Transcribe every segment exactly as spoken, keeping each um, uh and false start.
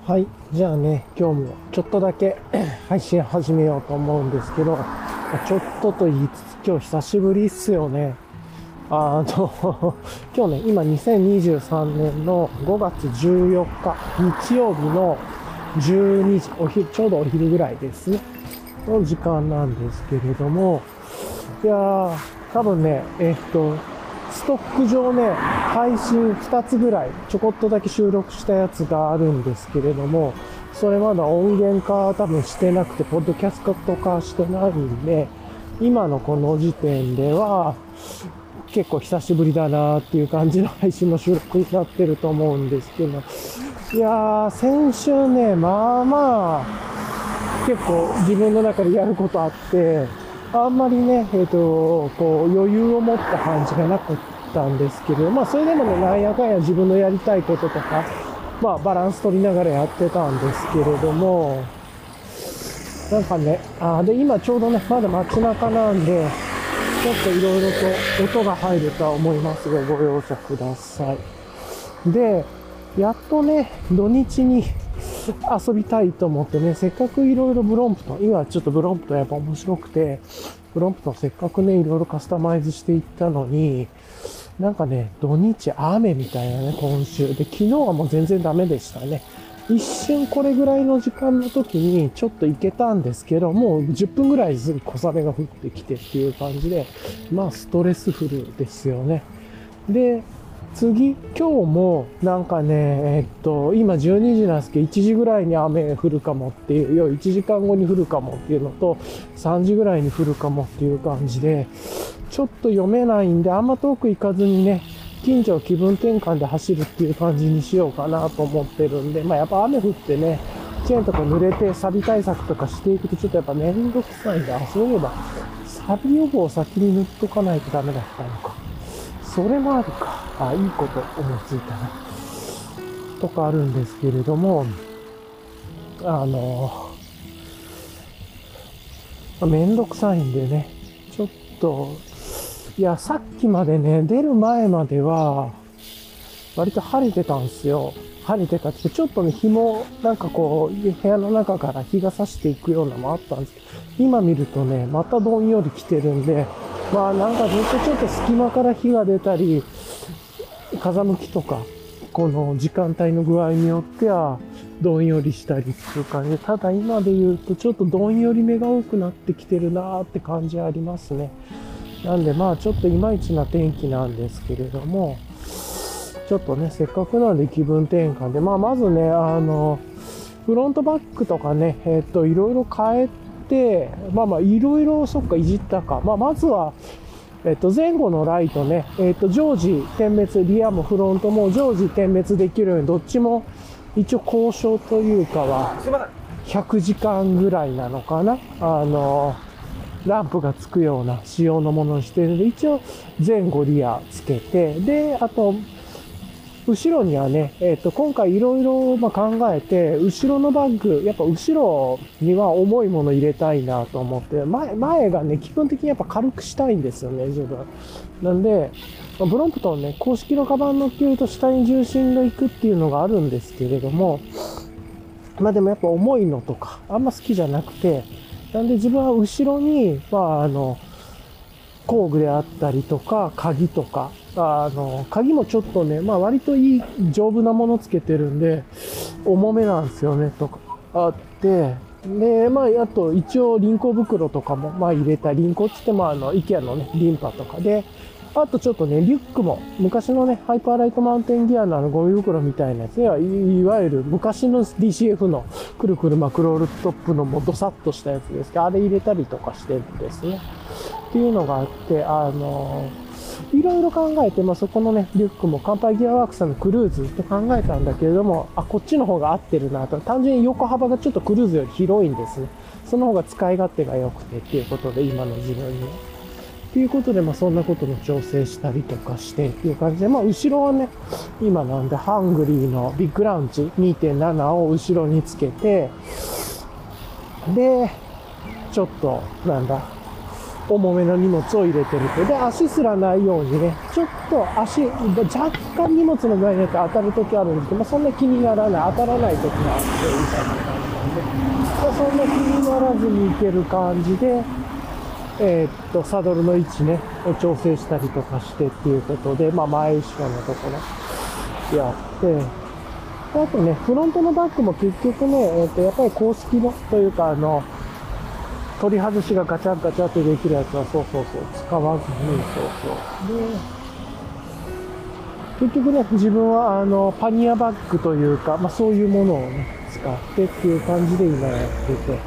はい。じゃあね、今日もちょっとだけ配信始めようと思うんですけど、ちょっとと言いつつ今日久しぶりっすよね。あの、今日ね、今にせんにじゅうさんねんのごがつじゅうよっか、日曜日のじゅうにじ、お昼、ちょうどお昼ぐらいですね、の時間なんですけれども、いやー、多分ね、えっと、ストック上ね、配信ふたつぐらいちょこっとだけ収録したやつがあるんですけれども、それまだ音源化多分してなくて、ポッドキャスト化してないんで、今のこの時点では結構久しぶりだなっていう感じの配信の収録になってると思うんですけど、いやー、先週ね、まあまあ、結構自分の中でやることあって、あんまりね、えっと、こう余裕を持った感じがなかったんですけど、まあそれでもね、なんやかんや自分のやりたいこととか、まあバランス取りながらやってたんですけれども、なんかね、あで、今ちょうどね、まだ街中なんで、ちょっといろいろと音が入るとは思いますが、ご容赦ください。で、やっとね、土日に遊びたいと思ってね、せっかくいろいろブロンプトン、今ちょっとブロンプトンやっぱ面白くて、ブロンプトンせっかくね、いろいろカスタマイズしていったのに、なんかね、土日雨みたいなね、今週。で、昨日はもう全然ダメでしたね。一瞬これぐらいの時間の時にちょっと行けたんですけど、もうじゅっぷんぐらいすぐ小雨が降ってきてっていう感じで、まあストレスフルですよね。で、次、今日もなんかね、えっと、今じゅうにじなんですけど、いちじぐらいに雨降るかもっていう、要はいちじかんごに降るかもっていうのと、さんじぐらいに降るかもっていう感じで、ちょっと読めないんで、あんま遠く行かずにね、近所を気分転換で走るっていう感じにしようかなと思ってるんで、まあやっぱ雨降ってね、チェーンとか濡れてサビ対策とかしていくとちょっとやっぱめんどくさいんで、あ、そういえば、サビ予防を先に塗っとかないとダメだったのか。それもあるか。あ、いいこと思いついたな。とかあるんですけれども、あの、めんどくさいんでね、ちょっと、いや、さっきまでね、出る前までは、割と晴れてたんですよ。晴れてたって、ちょっとね、日も、なんかこう、部屋の中から日が差していくようなのもあったんですけど、今見るとね、またどんより来てるんで、まあなんかずっとちょっと隙間から日が出たり、風向きとか、この時間帯の具合によっては、どんよりしたりっていう感じで、ただ今で言うとちょっとどんより目が多くなってきてるなーって感じありますね。なんでまあちょっといまいちな天気なんですけれども、ちょっとね、せっかくなんで気分転換で、まあまずね、あの、フロントバックとかね、えっと、いろいろ変えて、まあまあいろいろそっかいじったか。まあまずは、えっと、前後のライトね、えっと、常時点滅、リアもフロントも常時点滅できるように、どっちも一応交渉というかは、ひゃくじかんぐらいなのかな。あの、ランプがつくような仕様のものにしているので、一応前後リアつけて、で、あと、後ろにはね、えっと、今回いろいろ考えて、後ろのバッグ、やっぱ後ろには重いもの入れたいなと思って、前、前がね、基本的にやっぱ軽くしたいんですよね、自分。なんで、ブロンプトンね、公式のカバン乗っけると下に重心がいくっていうのがあるんですけれども、まあでもやっぱ重いのとか、あんま好きじゃなくて、なんで自分は後ろに、まああの、工具であったりとか、鍵とか、あの、鍵もちょっとね、まあ割といい、丈夫なものつけてるんで、重めなんですよね、とか、あって、で、まあ、あと一応輪行袋とかも、まあ入れた、輪行って言ってもあの、イケアのね、リンパとかで、あとちょっとね、リュックも、昔のね、ハイパーライトマウンテンギアのあのゴミ袋みたいなやつや、いわゆる昔の ディーシーエフ のくるくるマクロールトップのもうドサッとしたやつですけど、あれ入れたりとかしてるんですね。っていうのがあって、あの、いろいろ考えて、まあ、そこのね、リュックも乾杯ギアワークさんのクルーズと考えたんだけれども、あ、こっちの方が合ってるなと。単純に横幅がちょっとクルーズより広いんですね。その方が使い勝手が良くてっていうことで、今の自分には。っていうことで、まあ、そんなことの調整したりとかしてっていう感じで、まあ、後ろはね、今なんで、ハングリーのビッグラウンジ にてんなな を後ろにつけて、で、ちょっと、なんだ、 重めの荷物を入れてると。で、足すらないようにね、ちょっと足、若干荷物の具合によって当たるときあるんですけど、まあ、そんな気にならない、当たらないときがあって、みたいな感じなんで、まあ、そんな気にならずにいける感じで、えー、っと、サドルの位置ね、を調整したりとかしてっていうことで、まあ、前後ろのところやって、あとね、フロントのバッグも結局ね、えー、っと、やっぱり公式のというか、あの、取り外しがガチャガチャってできるやつは、そうそうそう、使わずに、そうそう。で、結局ね、自分は、あの、パニアバッグというか、まあ、そういうものをね、使ってっていう感じで今やってて、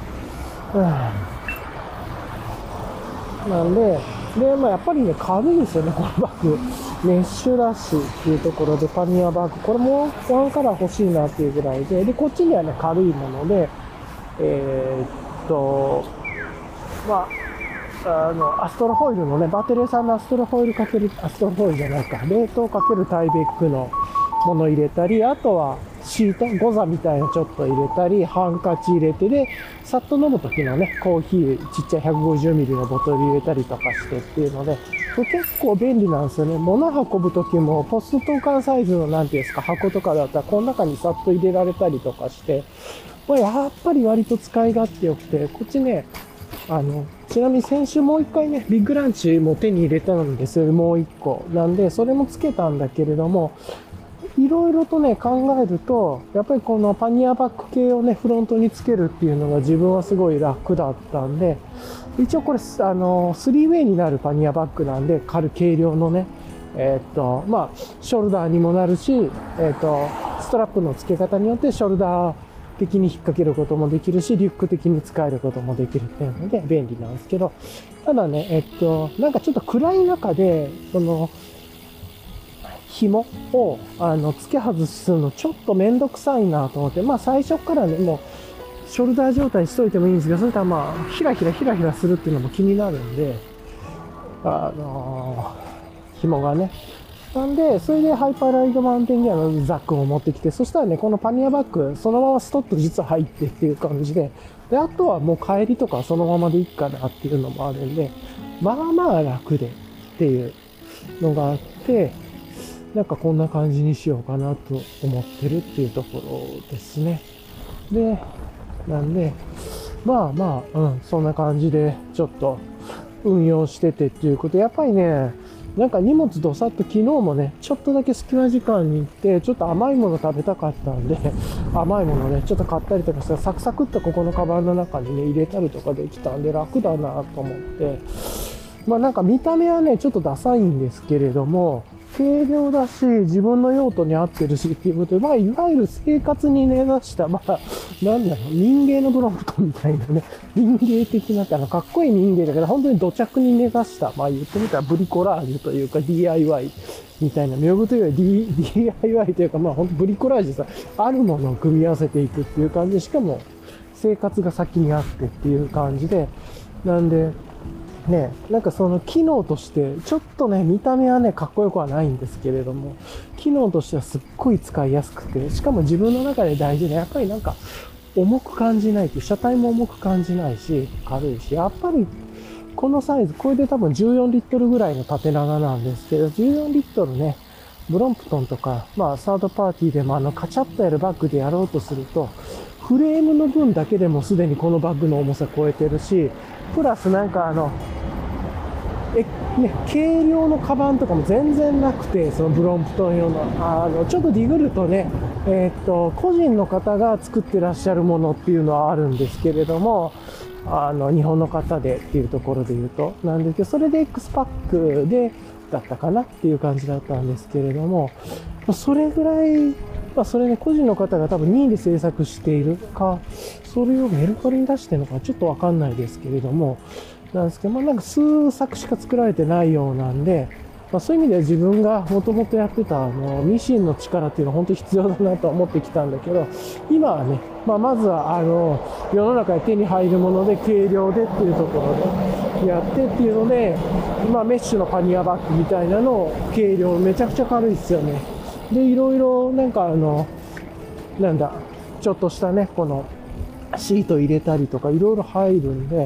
うん、なんで、で、まあ、やっぱりね、軽いんですよね、このバッグ。メッシュラッシュっていうところで、パニアバッグ。これもワンカラー欲しいなっていうぐらいで、で、こっちにはね、軽いもので、えーとまあ、あのアストロホイルのね、バテレさんのアストロホイルかける、アストロホイルじゃないか、冷凍かけるタイベックのもの入れたり、あとはシート、ゴザみたいなちょっと入れたり、ハンカチ入れて、で、さっと飲む時のね、コーヒー、ちっちゃいひゃくごじゅうミリのボトル入れたりとかしてっていうので、これ結構便利なんですよね。物運ぶ時も、ポスト投函サイズのなんていうんですか、箱とかだったら、この中にさっと入れられたりとかして、まあ、やっぱり割と使い勝手良くて、こっちね、あの、ちなみに先週もう一回ね、ビッグランチも手に入れたんですよ、もう一個。なんで、それもつけたんだけれども、いろいろとね、考えると、やっぱりこのパニアバッグ系をね、フロントにつけるっていうのが自分はすごい楽だったんで、一応これ、あの、スリーウェイになるパニアバッグなんで、軽軽量のね、えー、っと、まあ、ショルダーにもなるし、えー、っと、ストラップの付け方によってショルダー、的に引っ掛けることもできるし、リュック的に使えることもできるっていうので便利なんですけど、ただね、えっと、なんかちょっと暗い中で、その、紐を、あの、付け外しするのちょっとめんどくさいなと思って、まあ最初からね、もう、ショルダー状態にしといてもいいんですけど、それとはまあ、ひらひらひらひらするっていうのも気になるんで、あのー、紐がね、なんで、それでハイパーライドマウンテンギアのザックを持ってきて、そしたらね、このパニアバッグ、そのままストッと実は入ってっていう感じで、で、あとはもう帰りとかそのままでいいかなっていうのもあるんで、まあまあ楽でっていうのがあって、なんかこんな感じにしようかなと思ってるっていうところですね。で、なんで、まあまあ、うん、そんな感じでちょっと運用しててっていうこと、やっぱりね、なんか荷物どさっと昨日もね、ちょっとだけ隙間時間に行って、ちょっと甘いもの食べたかったんで、甘いものね、ちょっと買ったりとかして、サクサクっとここのカバンの中にね、入れたりとかできたんで楽だなと思って、まあなんか見た目はね、ちょっとダサいんですけれども、軽量だし、自分の用途に合ってるしっていうことで、まあいわゆる生活に根ざした、まあ、なんだろう、民芸のブロンプトンみたいなね、民芸的な、あの、かっこいい民芸だけど、本当に土着に根ざした、まあ言ってみたらブリコラージュというか ディーアイワイ みたいな、名具というより D ディーアイワイ というか、まあ本当ブリコラージュさ、あるものを組み合わせていくっていう感じで、しかも生活が先にあってっていう感じで、なんで、ね、なんかその機能として、ちょっとね、見た目はね、かっこよくはないんですけれども、機能としてはすっごい使いやすくて、しかも自分の中で大事で、やっぱりなんか、重く感じないっていう、車体も重く感じないし、軽いし、やっぱり、このサイズ、これで多分じゅうよんリットルぐらいの縦長なんですけど、じゅうよんリットルね、ブロンプトンとか、まあ、サードパーティーでもあの、カチャッとやるバッグでやろうとすると、フレームの分だけでもすでにこのバッグの重さ超えてるし、プラスなんかあの、え、ね、軽量のカバンとかも全然なくて、そのブロンプトン用の、あの、ちょっとディグるとね、えーっと、個人の方が作ってらっしゃるものっていうのはあるんですけれども、あの、日本の方でっていうところで言うと、なんですけど、それで X パックで、だったかなっていう感じだったんですけれども、それぐらい、まあ、それね、個人の方が多分任意で制作しているか、それをメルカリに出してるのかちょっとわかんないですけれども、なんですけど、まあなんか数作しか作られてないようなんで、まあそういう意味では自分がもともとやってたあのミシンの力っていうのは本当に必要だなと思ってきたんだけど、今はね、まあまずはあの、世の中で手に入るもので軽量でっていうところでやってっていうので、まあメッシュのパニアバッグみたいなのを軽量めちゃくちゃ軽いですよね。で、いろいろなんかあの、なんだ、ちょっとしたね、このシート入れたりとかいろいろ入るんで、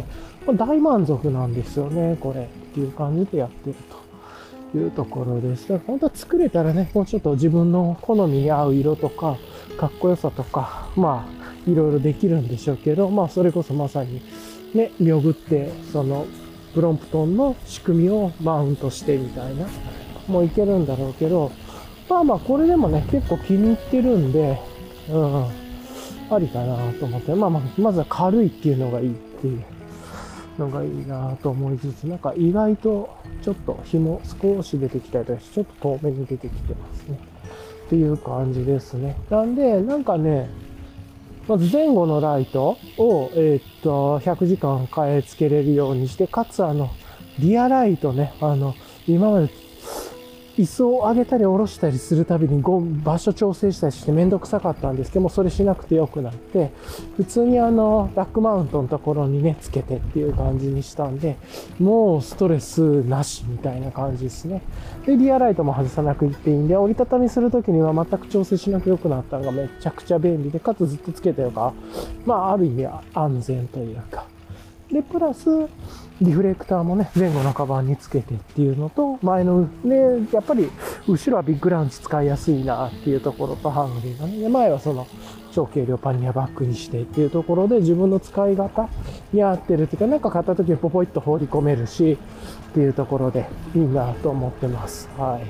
大満足なんですよね、これっていう感じでやってるというところです。だから本当は作れたらね、もうちょっと自分の好みに合う色とか、かっこよさとか、まあ、いろいろできるんでしょうけど、まあ、それこそまさにね、見送って、その、プロンプトンの仕組みをマウントしてみたいな、もういけるんだろうけど、まあまあ、これでもね、結構気に入ってるんで、うん、ありかなと思って、まあまあ、まずは軽いっていうのがいいっていうのがいいなと思いつつ、なんか意外とちょっと紐少し出てきたりとかして、ちょっと遠めに出てきてますね。っていう感じですね。なんで、なんかね、まず前後のライトを、えー、っと、ひゃくじかん変え付けれるようにして、かつあの、リアライトね、あの、今まで椅子を上げたり下ろしたりするたびに場所調整したりしてめんどくさかったんですけども、それしなくてよくなって、普通にあの、ラックマウントのところにね、つけてっていう感じにしたんで、もうストレスなしみたいな感じですね。で、リアライトも外さなくていいんで、折りたたみするときには全く調整しなくてよくなったのがめちゃくちゃ便利で、かつずっとつけてるから、まあ、ある意味安全というか。で、プラス、リフレクターもね、前後のカバンにつけてっていうのと、前の、ね、やっぱり、後ろはビッグラウンジ使いやすいなっていうところと、ハングリーがね、で、前はその、超軽量パニアバッグにしてっていうところで、自分の使い方に合ってるっていうか、なんか買った時にポポイッと放り込めるし、っていうところで、いいなと思ってます。はい。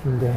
んで、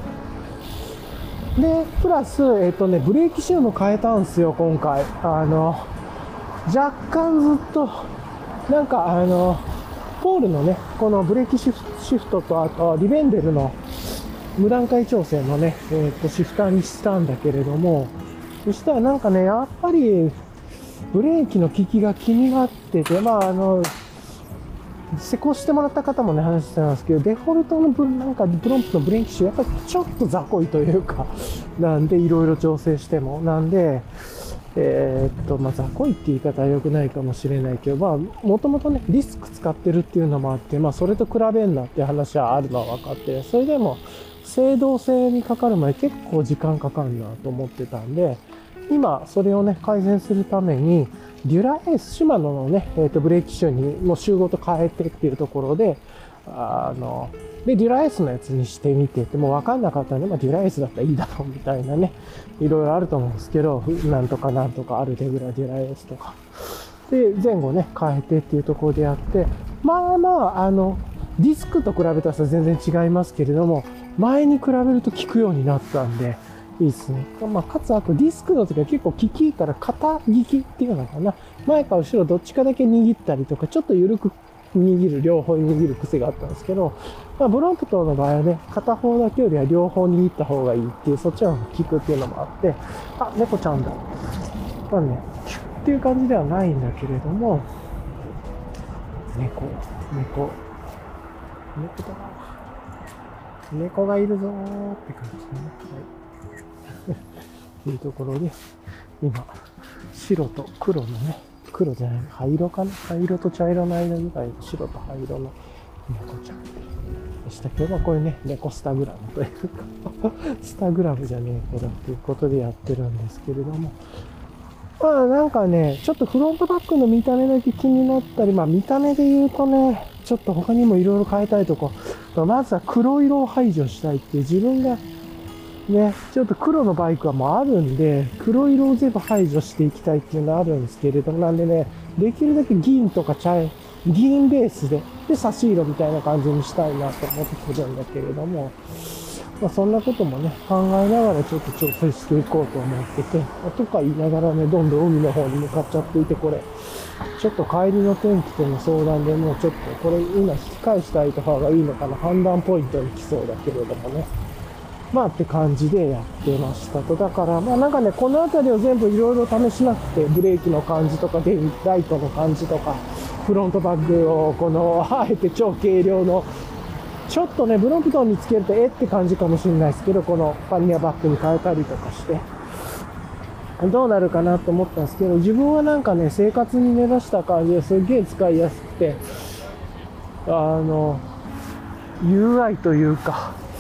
で、プラス、えっとね、ブレーキシューも変えたんですよ、今回。あの、若干ずっと、なんかあの、ポールのね、このブレーキシフトと、あと、リベンデルの無段階調整のね、えっと、シフターにしたんだけれども、そしたらなんかね、やっぱり、ブレーキの効きが気になってて、まああの、施工してもらった方もね、話してたんですけど、デフォルトの分、なんか、プロンプトのブレーキシュー、やっぱりちょっと雑魚いというか、なんで、いろいろ調整しても、なんで、えー、っと、まあ、雑魚いって言い方は良くないかもしれないけど、まあ、もともとね、リスク使ってるっていうのもあって、まあ、それと比べんなっていう話はあるのは分かって、それでも、制動性にかかるまで結構時間かかるなと思ってたんで、今、それをね、改善するために、デュラエース、シマノのね、えー、っと、ブレーキシューにもう週ごと変えてっていうところで、あの、で、デュラエースのやつにしてみてって、もう分かんなかったんで、まあ、デュラエースだったらいいだろうみたいなね、いろいろあると思うんですけど、なんとかなんとかあるレギュラーデュラエースとか。で、前後ね、変えてっていうところでやって、まあまあ、あの、ディスクと比べたら全然違いますけれども、前に比べると効くようになったんで、いいですね。まあ、かつ、あとディスクの時は結構効きいいから肩利きっていうのかな。前か後ろどっちかだけ握ったりとか、ちょっと緩く握る、両方握る癖があったんですけど、まあ、ブロンプトンの場合はね、片方だけよりは両方握った方がいいっていう、そっちの方が効くっていうのもあって、あ、猫ちゃんだ。まあね、キュッっていう感じではないんだけれども、猫、猫、猫だな。猫がいるぞーって感じでね。はい。っていうところで、今、白と黒のね、黒じゃない、灰色かな、灰色と茶色の間ぐらいの白と灰色の猫ちゃんでしたけど、これね、猫スタグラムというか、スタグラムじゃねえけどっていうことでやってるんですけれども、まあなんかね、ちょっとフロントバックの見た目だけ気になったり、まあ見た目で言うとね、ちょっと他にもいろいろ変えたいとこ、まずは黒色を排除したいっていう自分がね、ちょっと黒のバイクはもうあるんで、黒色を全部排除していきたいっていうのはあるんですけれども、なんでね、できるだけ銀とか茶、銀ベースで、で、差し色みたいな感じにしたいなと思ってるんだけれども、まあそんなこともね、考えながらちょっと調整していこうと思ってて、とか言いながらね、どんどん海の方に向かっちゃっていて、これ、ちょっと帰りの天気との相談でもうちょっとこれ今引き返したいとかがいいのかな、判断ポイントに来そうだけれどもね。まあって感じでやってましたと。だからまあなんかね、この辺りを全部いろいろ試しなくて、ブレーキの感じとか、電ライトの感じとか、フロントバッグをこの、あえて超軽量の、ちょっとね、ブロンプトンにつけるとえって感じかもしれないですけど、このパニアバッグに変えたりとかして、どうなるかなと思ったんですけど、自分はなんかね、生活に根ざした感じですげえ使いやすくて、あの、ユーアイ というか、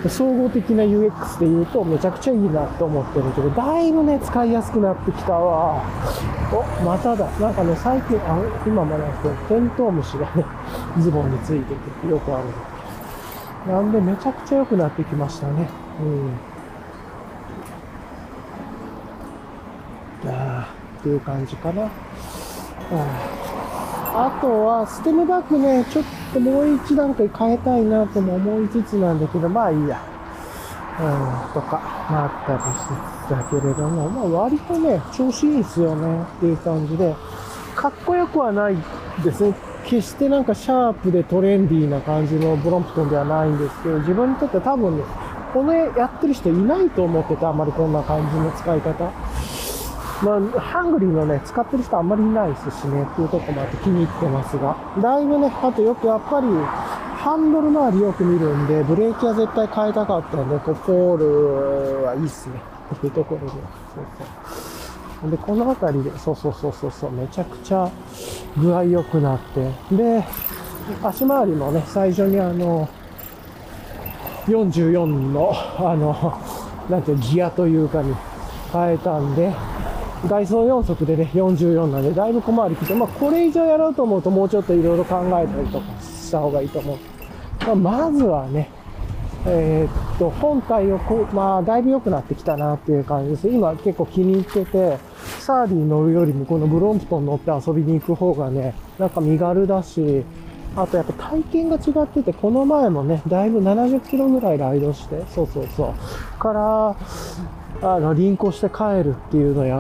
総合的な ユーエックス で言うとめちゃくちゃいいなと思ってるけど、だいぶね、使いやすくなってきたわ。お、まただ。なんかね、最近、あ、今もなんかテントウムシがね、ズボンについててよくある。なんでめちゃくちゃ良くなってきましたね。うん。あーっていう感じかな。あ, あとは、ステムバッグね、ちょっともう一段階変えたいなとも思いつつなんだけど、まあいいや。うん、とか、まああったりしつつだけれども、まあ割とね、調子いいですよねっていう感じで、かっこよくはないですね。決してなんかシャープでトレンディーな感じのブロンプトンではないんですけど、自分にとっては多分ね、これやってる人いないと思ってて、あんまりこんな感じの使い方。まあ、ハングリーのね、使ってる人あんまりいないですしね、っていうとこもあって気に入ってますが。だいぶね、あとよくやっぱり、ハンドル周りよく見るんで、ブレーキは絶対変えたかったんで、こうフォールはいいっすね。っていうところで。そうそう。で、この辺りで、そうそうそうそうそう、めちゃくちゃ具合良くなって。で、足回りもね、最初にあの、よんじゅうよんの、あの、なんていうギアというかに変えたんで、外装よん速でね、よんじゅうよんなんで、だいぶ小回りきて、まあ、これ以上やろうと思うと、もうちょっといろいろ考えたりとかした方がいいと思う。まあ、まずはね、えー、っと、本体をこう、まあ、だいぶ良くなってきたなっていう感じです。今結構気に入ってて、サーディ乗るよりもこのブロンプトン乗って遊びに行く方がね、なんか身軽だし、あとやっぱ体験が違ってて、この前もね、だいぶななじゅっキロぐらいライドして、そうそうそう、から、あの、輪行して帰るっていうのをやって、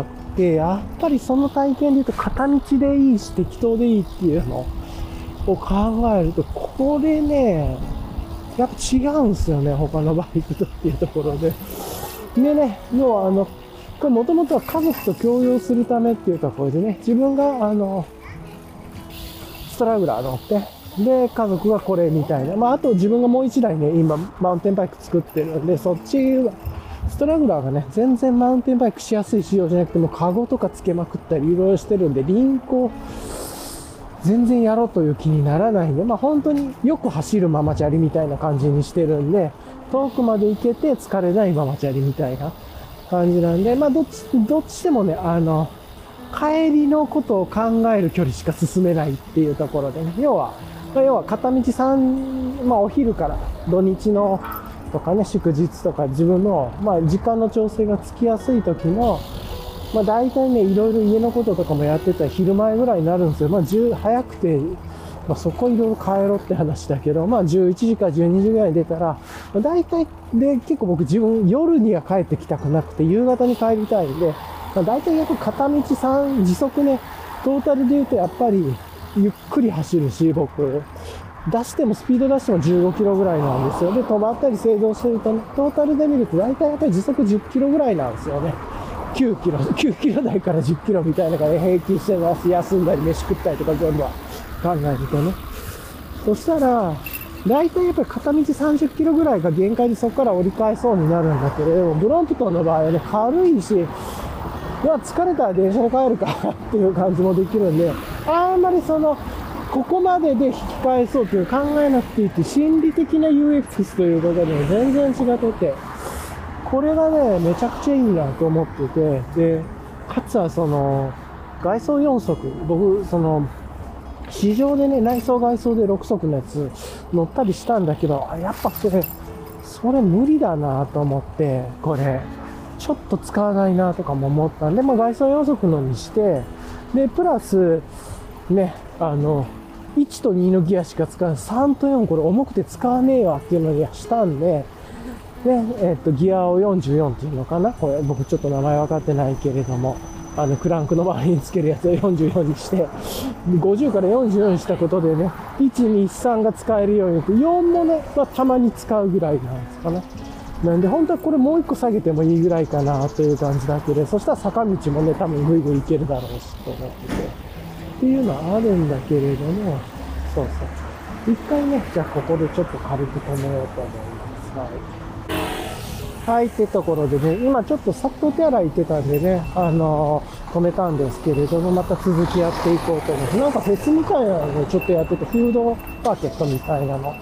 やっぱりその体験で言うと片道でいいし適当でいいっていうのを考えると、これね、やっぱ違うんですよね、他のバイクとっていうところで。でね、要はあの、これもともとは家族と共用するためっていうところでね、自分があの、ストラグラー乗って、で、家族がこれみたいな。まあ、あと自分がもう一台ね、今、マウンテンバイク作ってるんで、そっちは、ストラグラーがね、全然マウンテンバイクしやすい仕様じゃなくても、カゴとかつけまくったりいろいろしてるんで、輪行、全然やろうという気にならないんで、まあ本当によく走るママチャリみたいな感じにしてるんで、遠くまで行けて疲れないママチャリみたいな感じなんで、まあどっち、どっちでもね、あの、帰りのことを考える距離しか進めないっていうところでね、要は、要は片道さん、まあお昼から土日のとかね、祝日とか自分の、まあ時間の調整がつきやすい時の、まあ大体ね、いろいろ家のこととかもやってたら昼前ぐらいになるんですよ。まあじゅう、早くて、まあそこいろいろ帰ろうって話だけど、まあじゅういちじかじゅうにじぐらいに出たら、まあ、大体で結構僕自分夜には帰ってきたくなくて夕方に帰りたいんで、まあ大体やっぱ片道さん、時速ね、トータルで言うとやっぱりゆっくり走るし、僕、出してもスピード出してもじゅうごキロぐらいなんですよ。で、止まったり製造してると、ね、トータルで見ると大体やっぱり時速じゅっキロぐらいなんですよね。きゅうキロ、きゅうキロ台からじゅっキロみたいなのがね、平均してます。休んだり飯食ったりとか全部は考えるとね。そしたら、大体やっぱり片道さんじゅっキロぐらいが限界でそこから折り返そうになるんだけれども、ブロンプトンの場合はね、軽いし、まあ疲れたら電車で帰るかっていう感じもできるんで、あんまりその、ここまでで引き返そうという考えなくていいって心理的な ユーエックス ということで全然違ってて、これがね、めちゃくちゃいいなと思ってて、で、かつはその、外装よん速、僕、その、市場でね、内装外装でろく速のやつ乗ったりしたんだけど、やっぱそれ、それ無理だなと思って、これ、ちょっと使わないなとかも思ったんで、まあ外装よん速のにして、で、プラス、ね、あの、いちとにのギアしか使わない、さんとよんこれ重くて使わねえわっていうのにしたんで、で、えっと、ギアをよんじゅうよんっていうのかな、これ僕ちょっと名前分かってないけれども、あの、クランクの周りにつけるやつをよんじゅうよんにして、ごじゅうからよんじゅうよんにしたことでね、いち、に、さんが使えるようになって、よんもね、まあ、たまに使うぐらいなんですかね。なんで、本当はこれもういっこ下げてもいいぐらいかなという感じだけで、そしたら坂道もね、多分ぐいぐい行けるだろうし、と思ってて。っていうのはあるんだけれども、そうそう。一回ね、じゃあここでちょっと軽く止めようと思います。はい。はい、ってところでね、今ちょっとさっと手洗い行ってたんでね、あのー、止めたんですけれども、また続きやっていこうと思って、なんかフェスみたいなのをちょっとやってて、フードマーケットみたいなの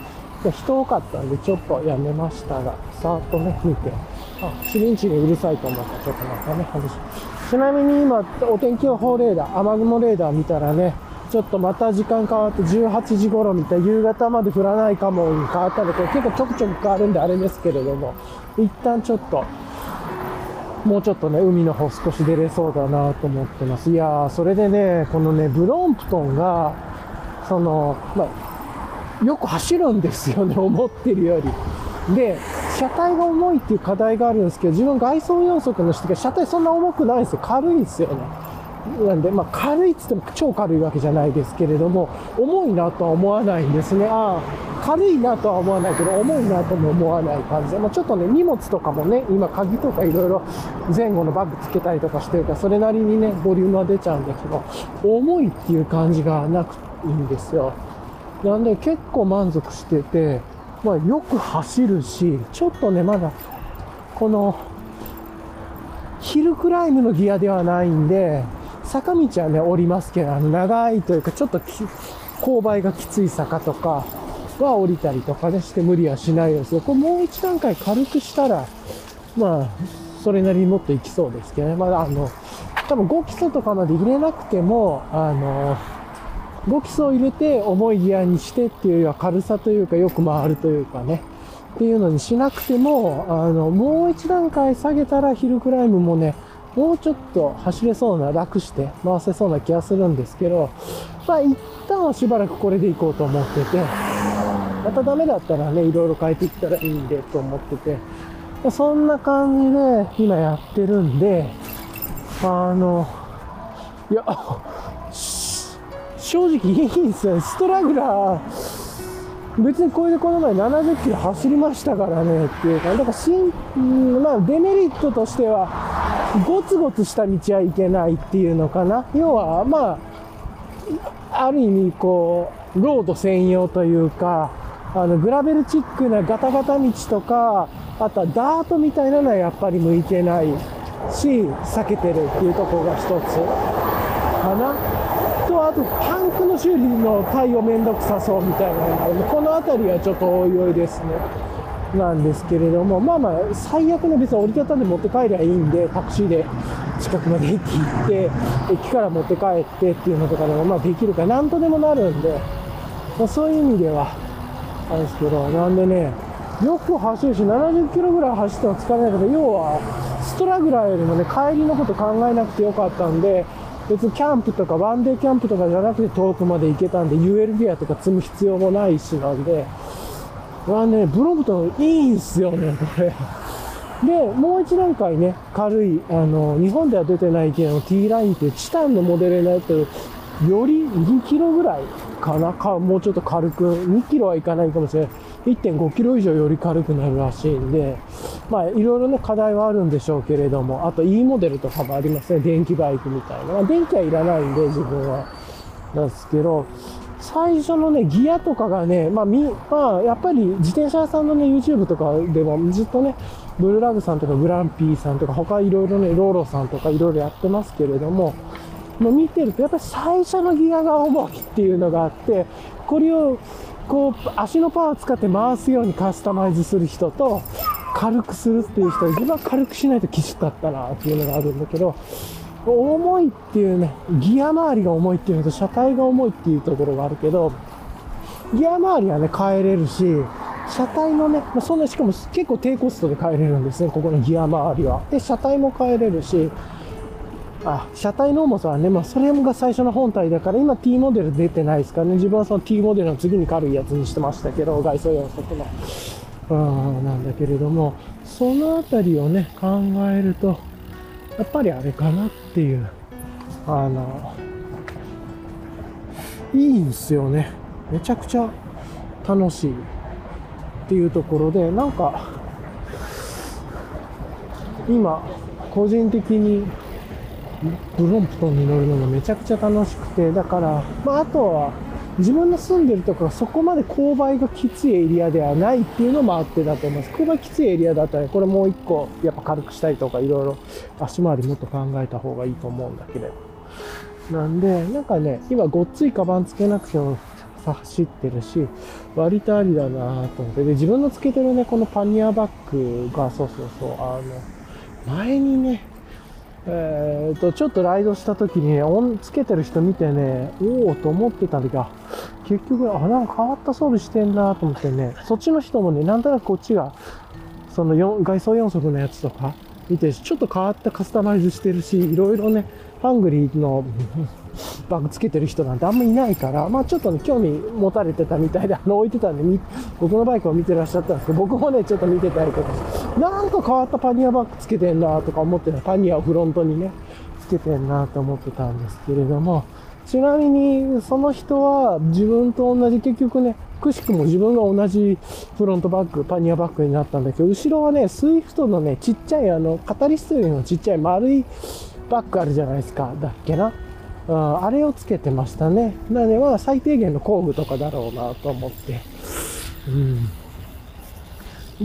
で人多かったんでちょっとやめましたが、さーっとね、見て、あ、チリンチリンうるさいと思ったらちょっとまたね、話。ちなみに今、お天気予報レーダー、雨雲レーダー見たらね、ちょっとまた時間変わってじゅうはちじ頃みたい、夕方まで降らないかもに変わったんで、これ結構ちょくちょく変わるんであれですけれども、一旦ちょっと、もうちょっとね、海の方少し出れそうだなと思ってます。いやー、それでね、このね、ブロンプトンが、その、まあ、よく走るんですよね、思ってるより。で、車体が重いっていう課題があるんですけど、自分外装四足の人が車体そんな重くないんですよ。軽いんですよね。なんで、まあ、軽いっつっても超軽いわけじゃないですけれども、重いなとは思わないんですね。ああ、軽いなとは思わないけど、重いなとも思わない感じで、まあ、ちょっとね、荷物とかもね、今鍵とかいろいろ前後のバッグつけたりとかしてるから、それなりにね、ボリュームは出ちゃうんだけど、重いっていう感じがなくいいんですよ。なんで結構満足してて、まあ、よく走るし、ちょっとね、まだ、この、ヒルクライムのギアではないんで、坂道はね、降りますけど、あの、長いというか、ちょっと勾配がきつい坂とかは降りたりとかね、して無理はしないですよ。これもう一段階軽くしたら、まあ、それなりにもっといきそうですけどね。まあ、あの、多分ご基礎とかまで入れなくても、あの、ご基礎を入れて重いギアにしてっていうよりは軽さというかよく回るというかねっていうのにしなくても、あのもう一段階下げたらヒルクライムもね、もうちょっと走れそうな、楽して回せそうな気がするんですけど、まあ一旦はしばらくこれでいこうと思ってて、またダメだったらね、いろいろ変えていったらいいんでと思ってて、そんな感じで今やってるんで、あのいや正直いいんですよ。ストラグラー、別にこれでこの前ななじゅっキロ走りましたからねっていうか、だからしん、まあデメリットとしては、ゴツゴツした道はいけないっていうのかな。要は、まあ、ある意味こう、ロード専用というか、あの、グラベルチックなガタガタ道とか、あとはダートみたいなのはやっぱり向いてないし、避けてるっていうところが一つかな。と、あと、パンクの修理の対応めんどくさそうみたいなのがあるので、この辺りはちょっとおいおいですね。なんですけれども、まあまあ、最悪ね、別に折りたたんで持って帰りゃいいんで、タクシーで近くまで駅行って、駅から持って帰ってっていうのとかでも、まあできるから、なんとでもなるんで、まあ、そういう意味では、あれですけど、なんでね、よく走るし、ななじゅっキロぐらい走っても疲れないけど、要は、ストラグラーよりもね、帰りのこと考えなくてよかったんで、別にキャンプとかワンデーキャンプとかじゃなくて遠くまで行けたんで ユーエル ギアとか積む必要もないしなんで、はね、ブロンプトンいいんすよね、これ。で、もう一段階ね、軽い、あの、日本では出てないけど T ラインっていうチタンのモデルになってる、よりにキロぐらいかなか、もうちょっと軽く、にキロはいかないかもしれない。いってんごキロ以上より軽くなるらしいんで、まあ、いろいろね、課題はあるんでしょうけれども、あと E モデルとかもありますね、電気バイクみたいな。まあ、電気はいらないんで、自分は。なんですけど、最初のね、ギアとかがね、まあ、み、まあ、やっぱり自転車屋さんのね、YouTube とかでもずっとね、ブルーラグさんとかグランピーさんとか、他いろいろね、ローロさんとかいろいろやってますけれども、もう見てると、やっぱり最初のギアが重いっていうのがあって、これを、こう、足のパワーを使って回すようにカスタマイズする人と、軽くするっていう人、自分は軽くしないときつかったなっていうのがあるんだけど、重いっていうね、ギア周りが重いっていうのと車体が重いっていうところがあるけど、ギア周りはね、変えれるし、車体のね、まあ、そんな、しかも結構低コストで変えれるんですね、ここのギア周りは。で、車体も変えれるし、あ、車体の重さはね、まあ、それが最初の本体だから、今 T モデル出てないですからね、自分はその T モデルの次に軽いやつにしてましたけど、外装よん足の。うん、なんだけれども、そのあたりをね、考えると、やっぱりあれかなっていう、あの、いいんすよね。めちゃくちゃ楽しいっていうところで、なんか、今、個人的にブロンプトンに乗るのがめちゃくちゃ楽しくて、だから、まあ、あとは、自分の住んでるところがそこまで勾配がきついエリアではないっていうのもあってだと思います。勾配きついエリアだったら、これもう一個やっぱ軽くしたりとかいろいろ足回りもっと考えた方がいいと思うんだけど。なんで、なんかね、今ごっついカバンつけなくても走ってるし、割とありだなと思って。で、自分のつけてるね、このパニアバッグが、そうそうそう、あの、前にね、えーと、ちょっとライドした時にね、音つけてる人見てね、おおと思ってたんだけど、結局、あ、なんか変わった装備してんなと思ってね、そっちの人もね、なんとなくこっちが、そのよん外装よん足のやつとか見て、ちょっと変わったカスタマイズしてるし、いろいろね、ハングリーのバッグつけてる人なんてあんまいないから、まあちょっとね、興味持たれてたみたいで、あの置いてたんで、僕のバイクを見てらっしゃったんですけど、僕もね、ちょっと見てたりとか、なんか変わったパニアバッグつけてんなとか思ってた、パニアをフロントにね、つけてんなと思ってたんですけれども、ちなみにその人は自分と同じ、結局ね、くしくも自分が同じフロントバッグ、パニアバッグになったんだけど、後ろはね、スイフトのね、ちっちゃいあの、カタリストよりもちっちゃい丸いバッグあるじゃないですか、だっけな。うん、あれをつけてましたね。なので、まあ、最低限の工具とかだろうなと思って。うん、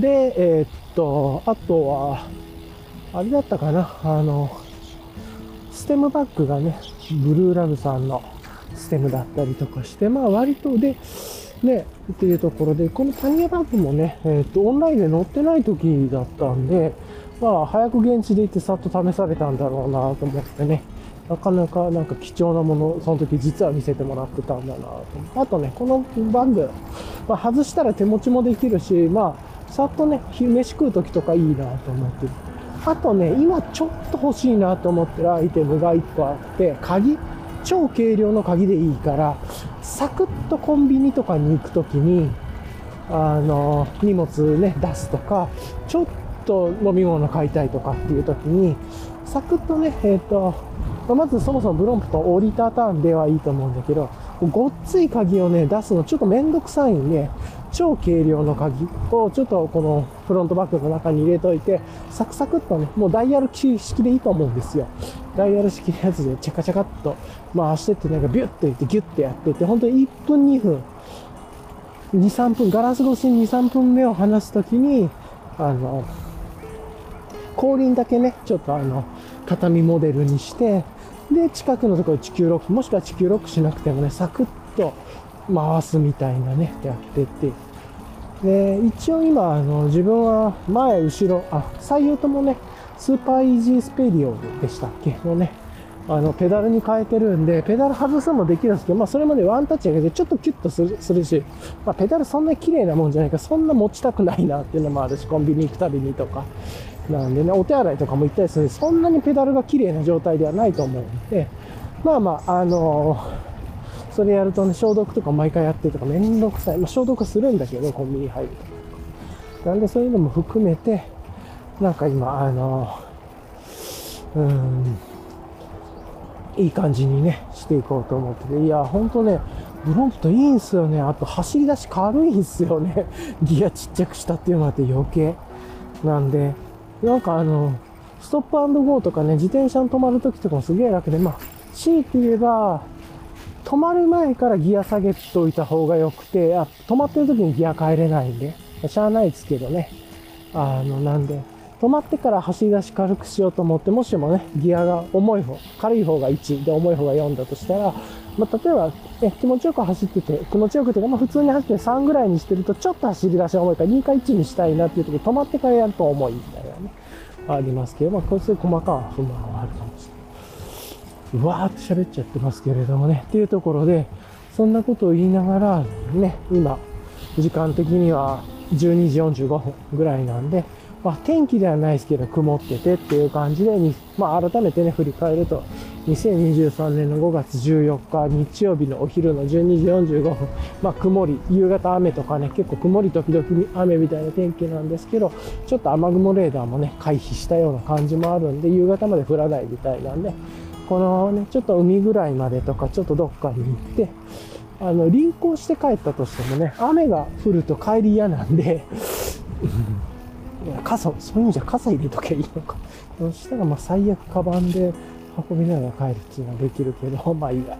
で、えー、っと、あとは、あれだったかな、あの、ステムバッグがね、ブルーラブさんのステムだったりとかして、まあ、割とで、ね、っていうところで、このパニアバッグもね、えー、っと、オンラインで載ってない時だったんで、まあ、早く現地で行ってさっと試されたんだろうなと思ってね。なかなかなんか貴重なもの、その時実は見せてもらってたんだなと。あとね、このバッグ、まあ、外したら手持ちもできるし、まあ、さっとね、飯食う時とかいいなと思ってる。あとね、今ちょっと欲しいなと思ってるアイテムがいっこあって、鍵、超軽量の鍵でいいから、サクッとコンビニとかに行く時に、あの、荷物ね、出すとか、ちょっと飲み物買いたいとかっていう時に、サクッとね、えっと、まずそもそもブロンプと折りたたんではいいと思うんだけど、ごっつい鍵をね、出すのちょっとめんどくさいんで、超軽量の鍵をちょっとこのフロントバッグの中に入れといて、サクサクっとね、もうダイヤル式でいいと思うんですよ。ダイヤル式のやつでチャカチャカっと回してってなんかビュッといってギュッてやってって、本当にいっぷんにふん、に、さんぷん、ガラス越しにに、さんぷんめを離すときに、あの、後輪だけね、ちょっとあの、畳モデルにして、で、近くのところで地球ロック、もしくは地球ロックしなくてもね、サクッと回すみたいなね、やってって。で、一応今、あの、自分は前、後ろ、あ、左右ともね、スーパーイージースペリオでしたっけのね、あの、ペダルに変えてるんで、ペダル外すのもできるんですけど、まあ、それまでワンタッチだけでちょっとキュッとするするし、まあ、ペダルそんな綺麗なもんじゃないから、そんな持ちたくないなっていうのもあるし、コンビニ行くたびにとか。なんでね、お手洗いとかも行ったりするんで、そんなにペダルが綺麗な状態ではないと思うんで、まあまあ、あのー、それやるとね、消毒とか毎回やってとかめんどくさい。まあ、消毒するんだけど、コンビニ入ると。なんでそういうのも含めて、なんか今、あのー、うーん、いい感じにね、していこうと思ってて、いや、ほんとね、ブロンプといいんすよね。あと、走り出し軽いんすよね。ギアちっちゃくしたっていうのがあって余計。なんで、なんかあの、ストップ&ゴーとかね、自転車に止まるときとかもすげえ楽で、まあ、強いて言えば、止まる前からギア下げといた方が良くて、あ、止まってるときにギア変えれないんで、しゃあないですけどね。あの、なんで、止まってから走り出し軽くしようと思って、もしもね、ギアが重い方、軽い方がいちで重い方がよんだとしたら、まあ、例えば、ね、気持ちよく走ってて、気持ちよくて、まあ、普通に走ってさんぐらいにしてると、ちょっと走り出しが重いからにかいちにしたいなっていうとき、止まってからやると重いみたいなね、ありますけど、まあ、こういう細かな不満はあるかもしれない。うわーって喋っちゃってますけれどもね、っていうところで、そんなことを言いながら、ね、今、時間的にはじゅうにじよんじゅうごふんぐらいなんで、まあ、天気ではないですけど、曇っててっていう感じで、まあ、改めてね、振り返ると、にせんにじゅうさんねんのごがつじゅうよっか、日曜日のお昼のじゅうにじよんじゅうごふん、まあ、曇り、夕方雨とかね、結構曇り時々雨みたいな天気なんですけど、ちょっと雨雲レーダーもね、回避したような感じもあるんで、夕方まで降らないみたいなんで、このね、ちょっと海ぐらいまでとか、ちょっとどっかに行って、あの、輪行して帰ったとしてもね、雨が降ると帰り嫌なんで、傘、そういう意味じゃ傘入れときゃいいのか。そしたらまあ最悪カバンで運びながら帰るっていうのはできるけど、まあいいや。